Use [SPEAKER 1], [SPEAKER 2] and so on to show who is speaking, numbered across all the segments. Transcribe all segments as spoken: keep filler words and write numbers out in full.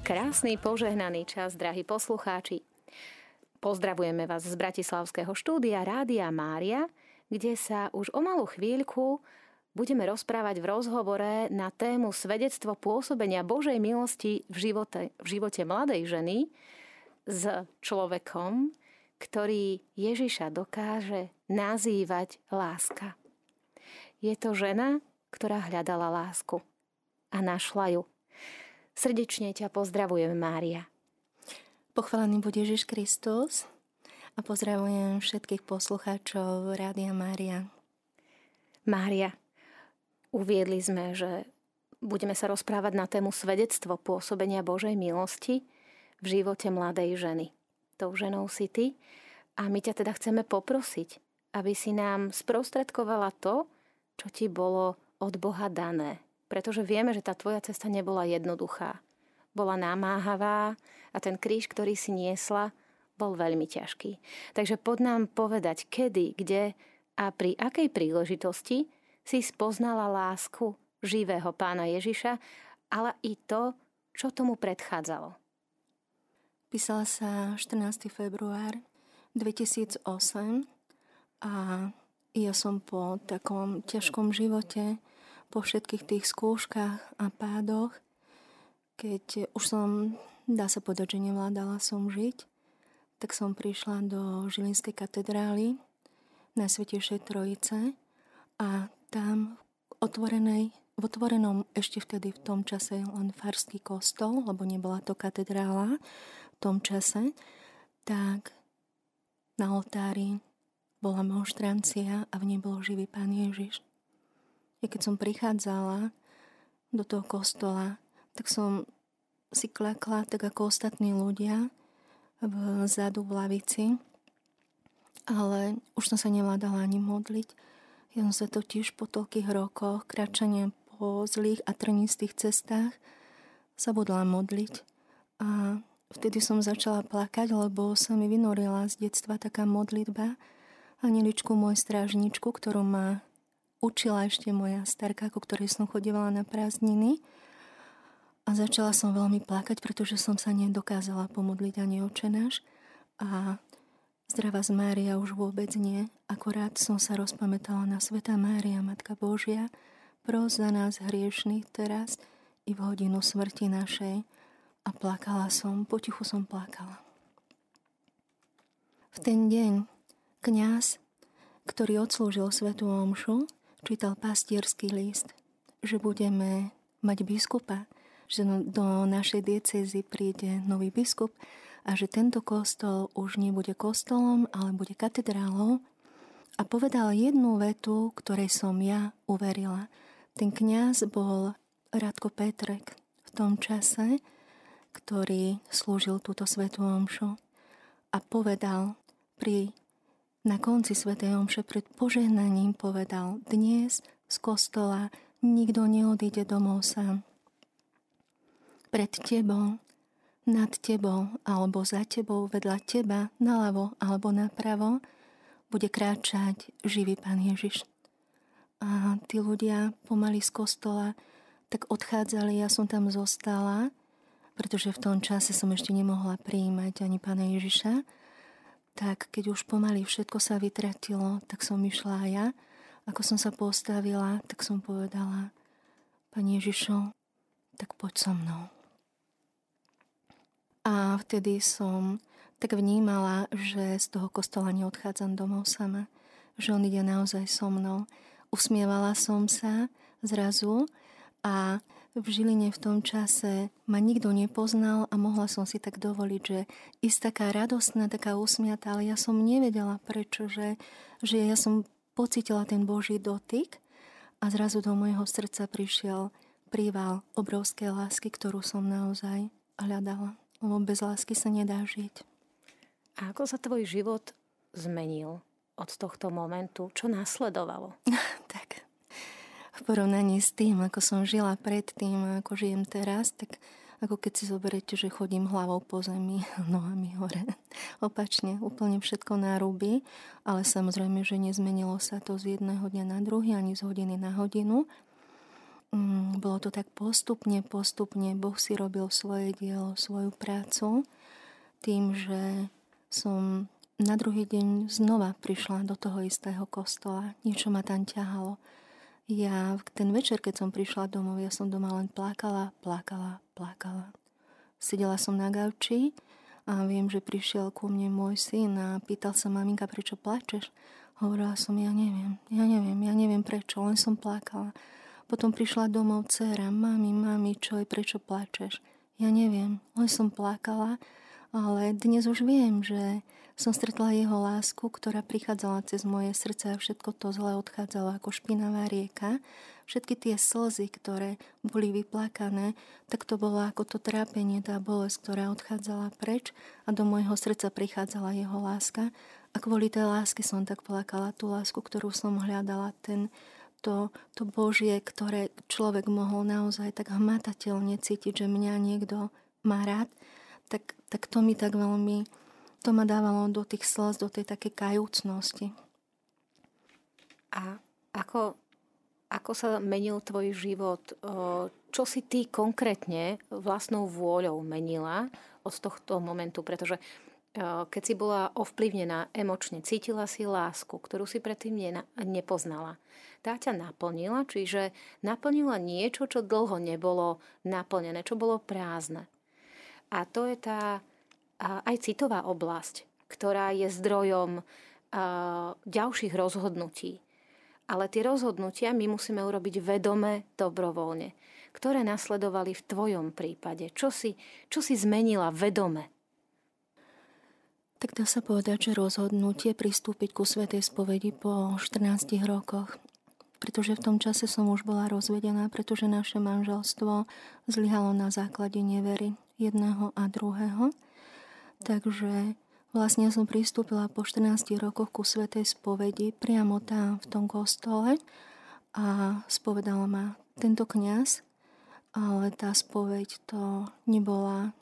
[SPEAKER 1] Krásny, požehnaný čas, drahí poslucháči. Pozdravujeme vás z bratislavského štúdia Rádia Mária, kde sa už o malú chvíľku budeme rozprávať v rozhovore na tému svedectvo pôsobenia Božej milosti v živote, v živote mladej ženy s človekom, ktorý Ježiša dokáže nazývať láska. Je to žena, ktorá hľadala lásku a našla ju. Srdečne ťa pozdravujem, Mária.
[SPEAKER 2] Pochválený buď Ježiš Kristus a pozdravujem všetkých poslucháčov Rádia Mária.
[SPEAKER 1] Mária, uviedli sme, že budeme sa rozprávať na tému svedectvo pôsobenia Božej milosti v živote mladej ženy. Tou ženou si ty a my ťa teda chceme poprosiť, aby si nám sprostredkovala to, čo ti bolo od Boha dané. Pretože vieme, že tá tvoja cesta nebola jednoduchá. Bola namáhavá a ten kríž, ktorý si niesla, bol veľmi ťažký. Takže poď nám povedať, kedy, kde a pri akej príležitosti si spoznala lásku živého Pána Ježiša, ale i to, čo tomu predchádzalo.
[SPEAKER 2] Písala sa štrnásteho februára dvetisícosem a ja som po takom ťažkom živote, po všetkých tých skúškach a pádoch, keď už som, dá sa povedať, že nevládala som žiť, tak som prišla do Žilinskej katedrály Najsvätejšej Trojice a tam v otvorenej, v otvorenom ešte vtedy v tom čase len farský kostol, lebo nebola to katedrála v tom čase, tak na oltári bola monštrancia a v nej bol živý Pán Ježiš. Ja keď som prichádzala do toho kostola, tak som si klakla tak ako ostatní ľudia vzadu v lavici, ale už som sa nevládala ani modliť. Ja som sa totiž po toľkých rokoch kráčania po zlých a trnistých cestách zabudla modliť. A vtedy som začala plakať, lebo sa mi vynorila z detstva taká modlitba Anieličku môj strážničku, ktorú ma učila ešte moja starka, ku ktorej som chodievala na prázdniny. A začala som veľmi plakať, pretože som sa nedokázala pomodliť ani Otčenáš. A Zdravá z Mária už vôbec nie. Akorát som sa rozpamätala na Svätá Mária, Matka Božia, pros za nás hriešných teraz i v hodinu smrti našej. A plakala som, potichu som plakala. V ten deň kňaz, ktorý odslúžil svätú omšu, čítal pastierský list, že budeme mať biskupa, že do našej diecézy príde nový biskup a že tento kostol už nebude kostolom, ale bude katedrálou. A povedal jednu vetu, ktorej som ja uverila. Ten kňaz bol Radko Petrek v tom čase, ktorý slúžil túto svätú omšu. A povedal pri na konci svätej omše pred požehnaním povedal: dnes z kostola nikto neodíde domov sám. Pred tebou, nad tebou alebo za tebou, vedľa teba, naľavo alebo napravo bude kráčať živý Pán Ježiš. A tí ľudia pomaly z kostola tak odchádzali, ja som tam zostala, pretože v tom čase som ešte nemohla prijímať ani Pána Ježiša. Tak keď už pomaly všetko sa vytratilo, tak som išla aj ja. Ako som sa postavila, tak som povedala: Pane Ježišu, tak poď so mnou. A vtedy som tak vnímala, že z toho kostola neodchádzam domov sama, že on ide naozaj so mnou. Usmievala som sa zrazu a v Žiline v tom čase ma nikto nepoznal a mohla som si tak dovoliť, že ísť taká radostná, taká usmiatá, ale ja som nevedela prečo, že, že ja som pocítila ten Boží dotyk a zrazu do môjho srdca prišiel príval obrovskej lásky, ktorú som naozaj hľadala. Lebo bez lásky sa nedá žiť.
[SPEAKER 1] A ako sa tvoj život zmenil od tohto momentu? Čo nasledovalo?
[SPEAKER 2] Tak v porovnaní s tým, ako som žila predtým, ako žijem teraz, tak ako keď si zoberiete, že chodím hlavou po zemi, nohami hore. Opačne, úplne všetko narúbi, ale samozrejme, že nezmenilo sa to z jedného dňa na druhý, ani z hodiny na hodinu. mm, bolo to tak postupne, postupne. Boh si robil svoje dielo, svoju prácu tým, že som na druhý deň znova prišla do toho istého kostola. Niečo ma tam ťahalo. Ja ten večer, keď som prišla domov, ja som doma len plakala, plakala, plakala. Sedela som na gauči a viem, že prišiel ku mne môj syn a pýtal sa: maminka, prečo plačeš? Hovorila som: ja neviem, ja neviem, ja neviem prečo, len som plakala. Potom prišla domov dcéra: mami, mami, čo je, prečo plačeš? Ja neviem, len som plakala, ale dnes už viem, že som stretla jeho lásku, ktorá prichádzala cez moje srdce a všetko to zlé odchádzalo ako špinavá rieka. Všetky tie slzy, ktoré boli vyplakané, tak to bolo ako to trápenie, tá bolesť, ktorá odchádzala preč a do môjho srdca prichádzala jeho láska. A kvôli tej láske som tak plakala, tú lásku, ktorú som hľadala, ten, to, to Božie, ktoré človek mohol naozaj tak hmatateľne cítiť, že mňa niekto má rád, tak, tak to mi tak veľmi, to ma dávalo do tých slz, do tej takej kajúcnosti.
[SPEAKER 1] A ako, ako sa menil tvoj život? Čo si ty konkrétne vlastnou vôľou menila od tohto momentu? Pretože keď si bola ovplyvnená emočne, cítila si lásku, ktorú si predtým nepoznala. Tá ťa naplnila, čiže naplnila niečo, čo dlho nebolo naplnené, čo bolo prázdne. A to je tá aj citová oblasť, ktorá je zdrojom ďalších rozhodnutí. Ale tie rozhodnutia my musíme urobiť vedome, dobrovoľne, ktoré nasledovali v tvojom prípade. Čo si, čo si zmenila vedome?
[SPEAKER 2] Tak dá sa povedať, že rozhodnutie pristúpiť ku svätej spovedi po štrnástich rokoch. Pretože v tom čase som už bola rozvedená, pretože naše manželstvo zlyhalo na základe nevery jedného a druhého. Takže vlastne som pristúpila po štrnástich rokoch ku svätej spovedi priamo tam v tom kostole a spovedal ma tento kňaz, ale tá spoveď to nebola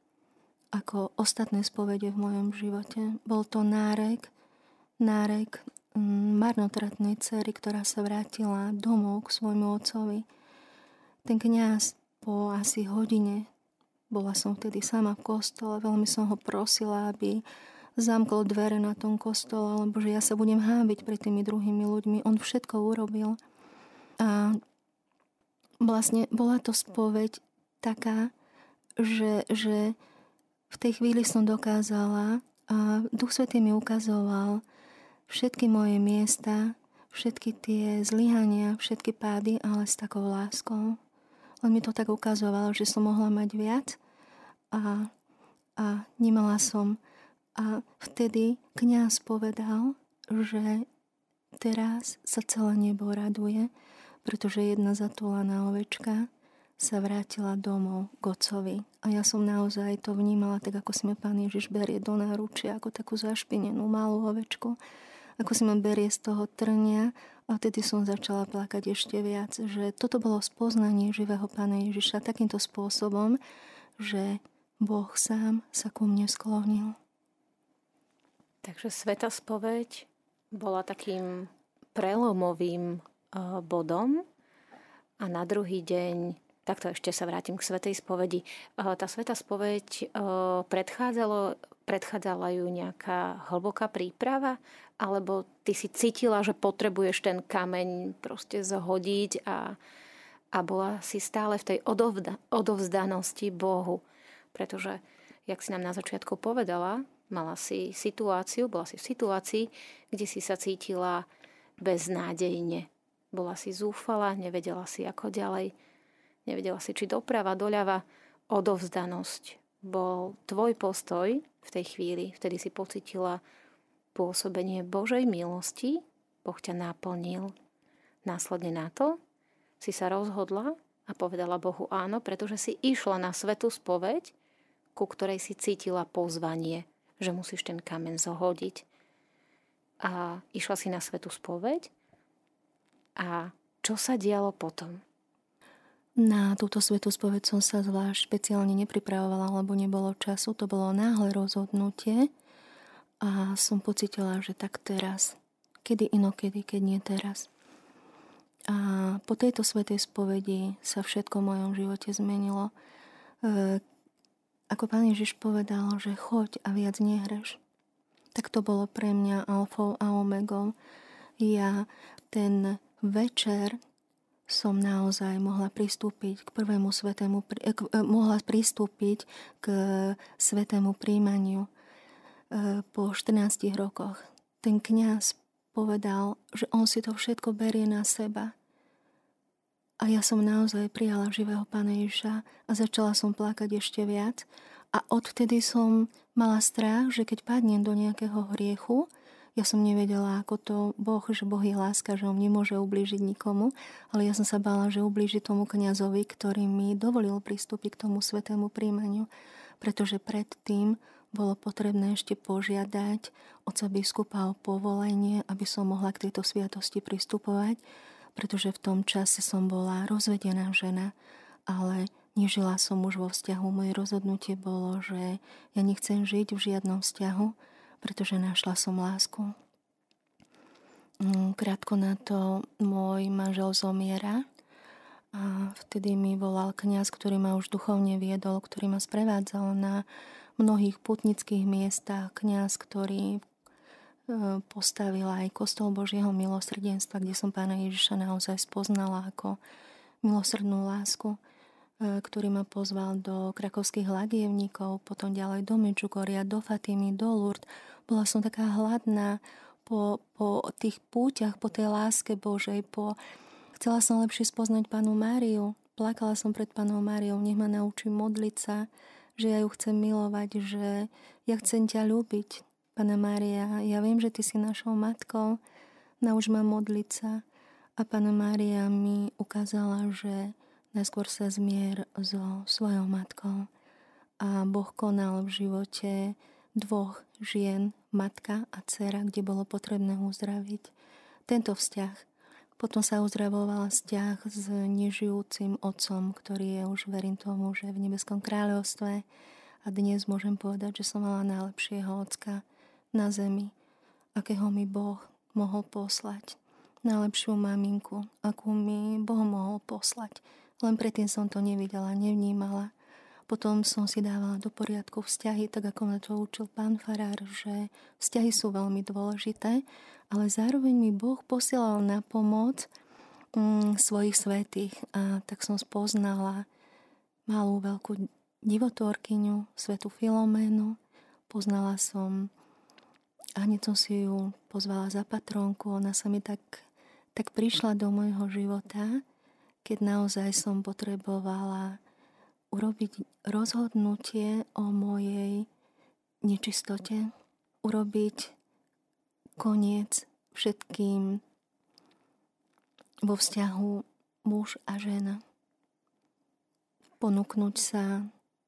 [SPEAKER 2] ako ostatné spovede v mojom živote. Bol to nárek, nárek marnotratnej dcery, ktorá sa vrátila domov k svojmu otcovi. Ten kňaz po asi hodine, bola som vtedy sama v kostole, veľmi som ho prosila, aby zamkol dvere na tom kostole, lebo že ja sa budem hábiť pred tými druhými ľuďmi. On všetko urobil. A vlastne bola to spoveď taká, že, že v tej chvíli som dokázala a Duch Svätý mi ukazoval všetky moje miesta, všetky tie zlyhania, všetky pády, ale s takou láskou. On mi to tak ukazoval, že som mohla mať viac a, a nemala som. A vtedy kňaz povedal, že teraz sa celé nebo raduje, pretože jedna zatúlaná ovečka sa vrátila domov k otcovi. A ja som naozaj to vnímala tak, ako si ma Pán Ježiš berie do náručia, ako takú zašpinenú malú ovečku. Ako si ma berie z toho trnia. A vtedy som začala plakať ešte viac, že toto bolo spoznanie živého Pána Ježiša takýmto spôsobom, že Boh sám sa ku mne sklonil.
[SPEAKER 1] Takže svätá spoveď bola takým prelomovým bodom a na druhý deň, takto ešte sa vrátim k svätej spovedi. Tá svätá spoveď predchádzalo, predchádzala ju nejaká hlboká príprava, alebo ty si cítila, že potrebuješ ten kameň proste zhodiť a, a bola si stále v tej odovda, odovzdanosti Bohu. Pretože, jak si nám na začiatku povedala, mala si situáciu, bola si v situácii, kde si sa cítila beznádejne. Bola si zúfala, nevedela si ako ďalej, nevedela si či doprava, doľava. Odovzdanosť bol tvoj postoj v tej chvíli. Vtedy si pocítila pôsobenie Božej milosti. Boh ťa naplnil. Následne na to si sa rozhodla a povedala Bohu áno, pretože si išla na svätú spoveď, ku ktorej si cítila pozvanie, že musíš ten kameň zhodiť. A išla si na svätú spoveď. A čo sa dialo potom?
[SPEAKER 2] Na túto svätú spoveď som sa zvlášť špeciálne nepripravovala, lebo nebolo času. To bolo náhle rozhodnutie. A som pocítila, že tak teraz. Kedy inokedy, keď nie teraz. A po tejto svätej spovedi sa všetko v mojom živote zmenilo. E, ako Pán Ježiš povedal, že choď a viac nehreš. Tak to bolo pre mňa alfou a omegou. Ja ten večer som naozaj mohla pristúpiť k prvému svetému, k, mohla pristúpiť k svetému príjmaniu po štrnástich rokoch. Ten kňaz povedal, že on si to všetko berie na seba. A ja som naozaj prijala živého Pána Ježiša a začala som plakať ešte viac. A odvtedy som mala strach, že keď padnem do nejakého hriechu, ja som nevedela, ako to Boh, že Boh je láska, že on nemôže ublížiť nikomu, ale ja som sa bála, že ublíži tomu kňazovi, ktorý mi dovolil pristúpiť k tomu svätému príjmaniu, pretože predtým bolo potrebné ešte požiadať otca biskupa o povolenie, aby som mohla k tejto sviatosti pristupovať, pretože v tom čase som bola rozvedená žena, ale nežila som už vo vzťahu. Moje rozhodnutie bolo, že ja nechcem žiť v žiadnom vzťahu, pretože našla som lásku. Krátko na to môj manžel zomiera a vtedy mi volal kňaz, ktorý ma už duchovne viedol, ktorý ma sprevádzal na mnohých putnických miestach, kňaz, ktorý postavil aj kostol Božieho milosrdenstva, kde som Pána Ježiša naozaj spoznala ako milosrdnú lásku, ktorý ma pozval do krakovských lagievníkov, potom ďalej do Medžugoria, do Fatimy, do Lourdes. Bola som taká hladná po, po tých púťach, po tej láske Božej, po... chcela som lepšie spoznať Pannu Máriu. Plakala som pred Pannou Máriou, nech ma naučí modliť sa, že ja ju chcem milovať, že ja chcem ťa ľúbiť, Panna Mária. Ja viem, že ty si našou matkou, nauč ma modliť sa. A Panna Mária mi ukázala, že najskôr sa zmier so svojou matkou. A Boh konal v živote dvoch žien, matka a dcera, kde bolo potrebné uzdraviť tento vzťah. Potom sa uzdravoval vzťah s nežijúcim otcom, ktorý je už, verím tomu, že v nebeskom kráľovstve. A dnes môžem povedať, že som mala najlepšieho ocka na zemi, akého mi Boh mohol poslať. Najlepšiu maminku, akú mi Boh mohol poslať. Len predtým som to nevidela, nevnímala. Potom som si dávala do poriadku vzťahy, tak ako ma to učil pán farár, že vzťahy sú veľmi dôležité, ale zároveň mi Boh posielal na pomoc mm, svojich svätých. A tak som spoznala malú veľkú divotvorkyňu, svätú Filoménu. Poznala som a hneď som si ju pozvala za patrónku. Ona sa mi tak, tak prišla do môjho života, keď naozaj som potrebovala urobiť rozhodnutie o mojej nečistote, urobiť koniec všetkým vo vzťahu muž a žena. Ponúknuť sa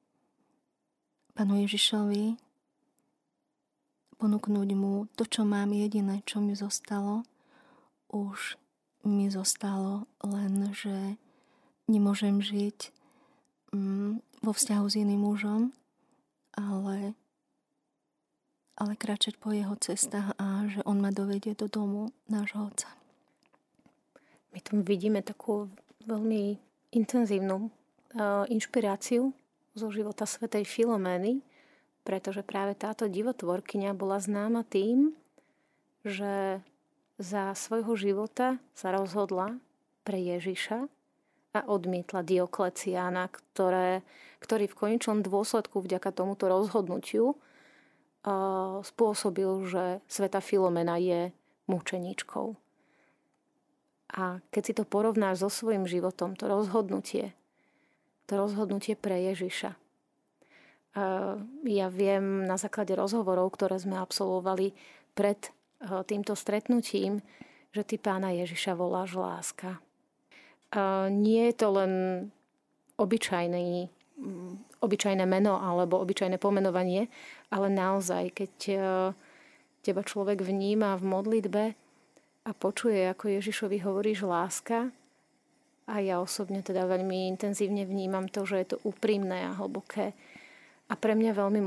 [SPEAKER 2] Pánu Ježišovi, ponúknuť mu to, čo mám jediné, čo mi zostalo. Už mi zostalo len, že nemôžem žiť vo vzťahu s iným mužom, ale, ale kráčať po jeho cestách a že on ma dovedie do domu nášho otca.
[SPEAKER 1] My tam vidíme takú veľmi intenzívnu uh, inšpiráciu zo života svätej Filomény, pretože práve táto divotvorkyňa bola známa tým, že za svojho života sa rozhodla pre Ježiša a odmietla Diokleciána, ktoré, ktorý v konečnom dôsledku vďaka tomuto rozhodnutiu uh, spôsobil, že svätá Filomena je mučeničkou. A keď si to porovnáš so svojím životom, to rozhodnutie, to rozhodnutie pre Ježiša. Uh, ja viem na základe rozhovorov, ktoré sme absolvovali pred uh, týmto stretnutím, že ty Pána Ježiša voláš láska. Uh, nie je to len obyčajný, obyčajné meno alebo obyčajné pomenovanie, ale naozaj, keď uh, teba človek vníma v modlitbe a počuje, ako Ježišovi hovoríš láska, a ja osobne teda veľmi intenzívne vnímam to, že je to úprimné a hlboké a pre mňa veľmi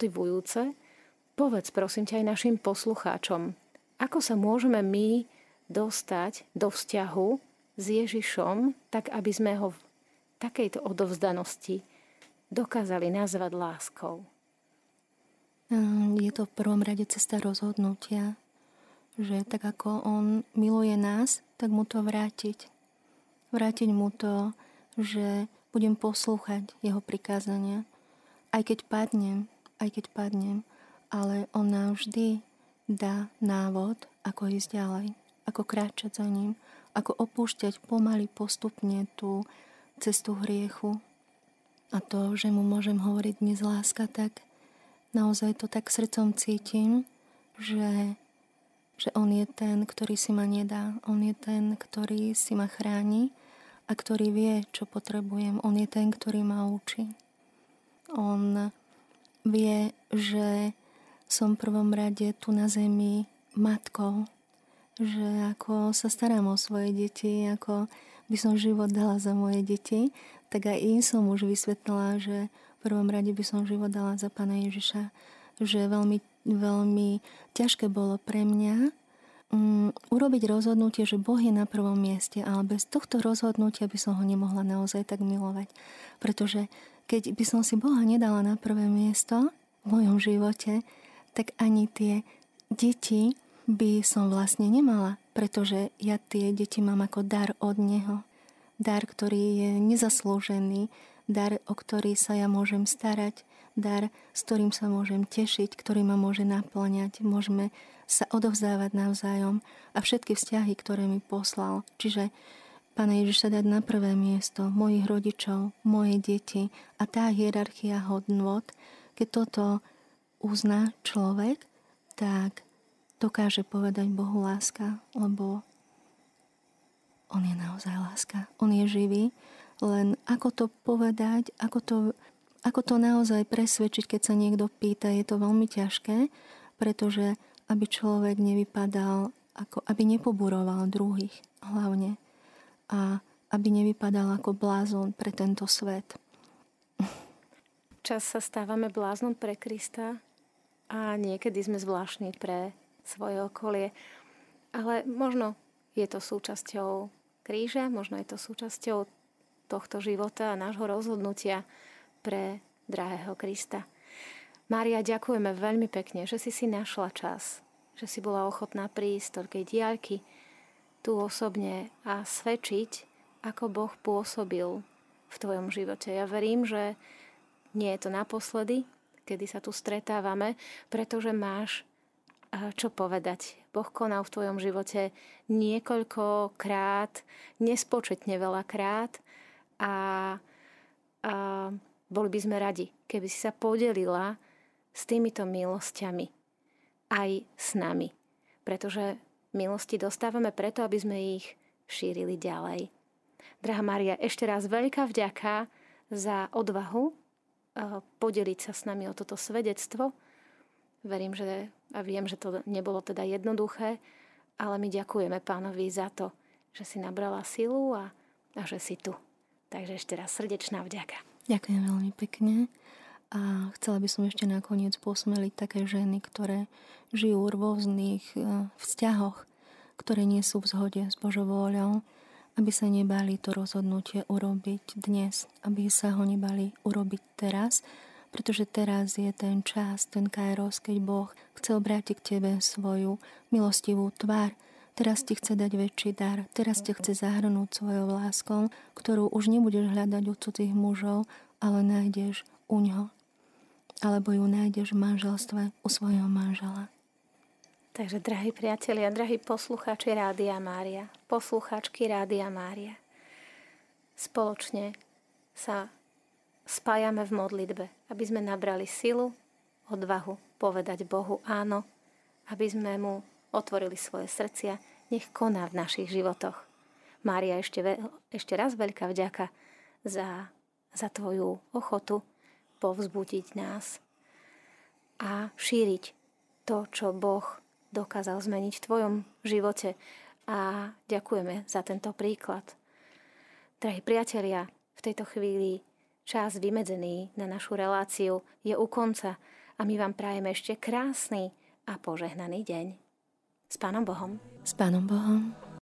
[SPEAKER 1] motivujúce. Povedz prosím ťa aj našim poslucháčom, ako sa môžeme my dostať do vzťahu s Ježišom, tak aby sme ho v takejto odovzdanosti dokázali nazvať láskou?
[SPEAKER 2] Je to v prvom rade cesta rozhodnutia, že tak ako on miluje nás, tak mu to vrátiť. Vrátiť mu to, že budem poslúchať jeho prikázania. Aj keď padnem, aj keď padnem, ale on nám vždy dá návod, ako ísť ďalej, ako kráčať za ním, ako opúšťať pomaly postupne tú cestu hriechu. A to, že mu môžem hovoriť dnes láska, tak naozaj to tak srdcom cítim, že, že on je ten, ktorý si ma nedá. On je ten, ktorý si ma chráni a ktorý vie, čo potrebujem. On je ten, ktorý ma učí. On vie, že som v prvom rade tu na zemi matkou, že ako sa starám o svoje deti, ako by som život dala za moje deti, tak aj im som už vysvetlila, že v prvom rade by som život dala za Pána Ježiša. Že veľmi, veľmi ťažké bolo pre mňa um, urobiť rozhodnutie, že Boh je na prvom mieste, ale bez tohto rozhodnutia by som ho nemohla naozaj tak milovať. Pretože keď by som si Boha nedala na prvé miesto v mojom živote, tak ani tie deti by som vlastne nemala, pretože ja tie deti mám ako dar od Neho. Dar, ktorý je nezaslúžený, dar, o ktorý sa ja môžem starať, dar, s ktorým sa môžem tešiť, ktorý ma môže naplňať, môžeme sa odovzdávať navzájom a všetky vzťahy, ktoré mi poslal. Čiže Pána Ježiša dať na prvé miesto mojich rodičov, moje deti a tá hierarchia hodnôt, keď toto uzná človek, tak dokáže povedať Bohu láska, lebo on je naozaj láska. On je živý. Len ako to povedať, ako to, ako to naozaj presvedčiť, keď sa niekto pýta, je to veľmi ťažké, pretože aby človek nevypadal, ako, aby nepoburoval druhých hlavne a aby nevypadal ako blázon pre tento svet.
[SPEAKER 1] Čas sa stávame bláznom pre Krista a niekedy sme zvláštni pre svoje okolie. Ale možno je to súčasťou kríža, možno je to súčasťou tohto života a nášho rozhodnutia pre drahého Krista. Mária, ďakujeme veľmi pekne, že si si našla čas, že si bola ochotná prísť z toľkej diaľky tu osobne a svedčiť, ako Boh pôsobil v tvojom živote. Ja verím, že nie je to naposledy, kedy sa tu stretávame, pretože máš čo povedať. Boh konal v tvojom živote niekoľkokrát, nespočetne veľakrát a, a boli by sme radi, keby si sa podelila s týmito milosťami aj s nami. Pretože milosti dostávame preto, aby sme ich šírili ďalej. Drahá Mária, ešte raz veľká vďaka za odvahu podeliť sa s nami o toto svedectvo. Verím, že a viem, že to nebolo teda jednoduché, ale my ďakujeme Pánovi za to, že si nabrala silu a, a že si tu. Takže ešte raz srdečná vďaka.
[SPEAKER 2] Ďakujem veľmi pekne a chcela by som ešte nakoniec posmeliť také ženy, ktoré žijú v rôznych vzťahoch, ktoré nie sú v zhode s Božou vôľou, aby sa nebali to rozhodnutie urobiť dnes, aby sa ho nebali urobiť teraz, pretože teraz je ten čas, ten kairos, keď Boh chce obrátiť k tebe svoju milostivú tvár. Teraz ti chce dať väčší dar. Teraz ťa chce zahrnúť svojou láskou, ktorú už nebudeš hľadať u cudzích mužov, ale nájdeš u ňo. Alebo ju nájdeš v manželstve u svojho manžela.
[SPEAKER 1] Takže, drahí priatelia, drahí poslucháči Rádia Mária, poslucháčky Rádia Mária, spoločne sa spájame v modlitbe, aby sme nabrali silu, odvahu povedať Bohu áno, aby sme mu otvorili svoje srdcia, nech koná v našich životoch. Mária, ešte, ešte raz veľká vďaka za, za tvoju ochotu povzbudiť nás a šíriť to, čo Boh dokázal zmeniť v tvojom živote. A ďakujeme za tento príklad. Drahí priatelia, v tejto chvíli čas vymedzený na našu reláciu je u konca a my vám prajeme ešte krásny a požehnaný deň. S Pánom Bohom.
[SPEAKER 2] S Pánom Bohom.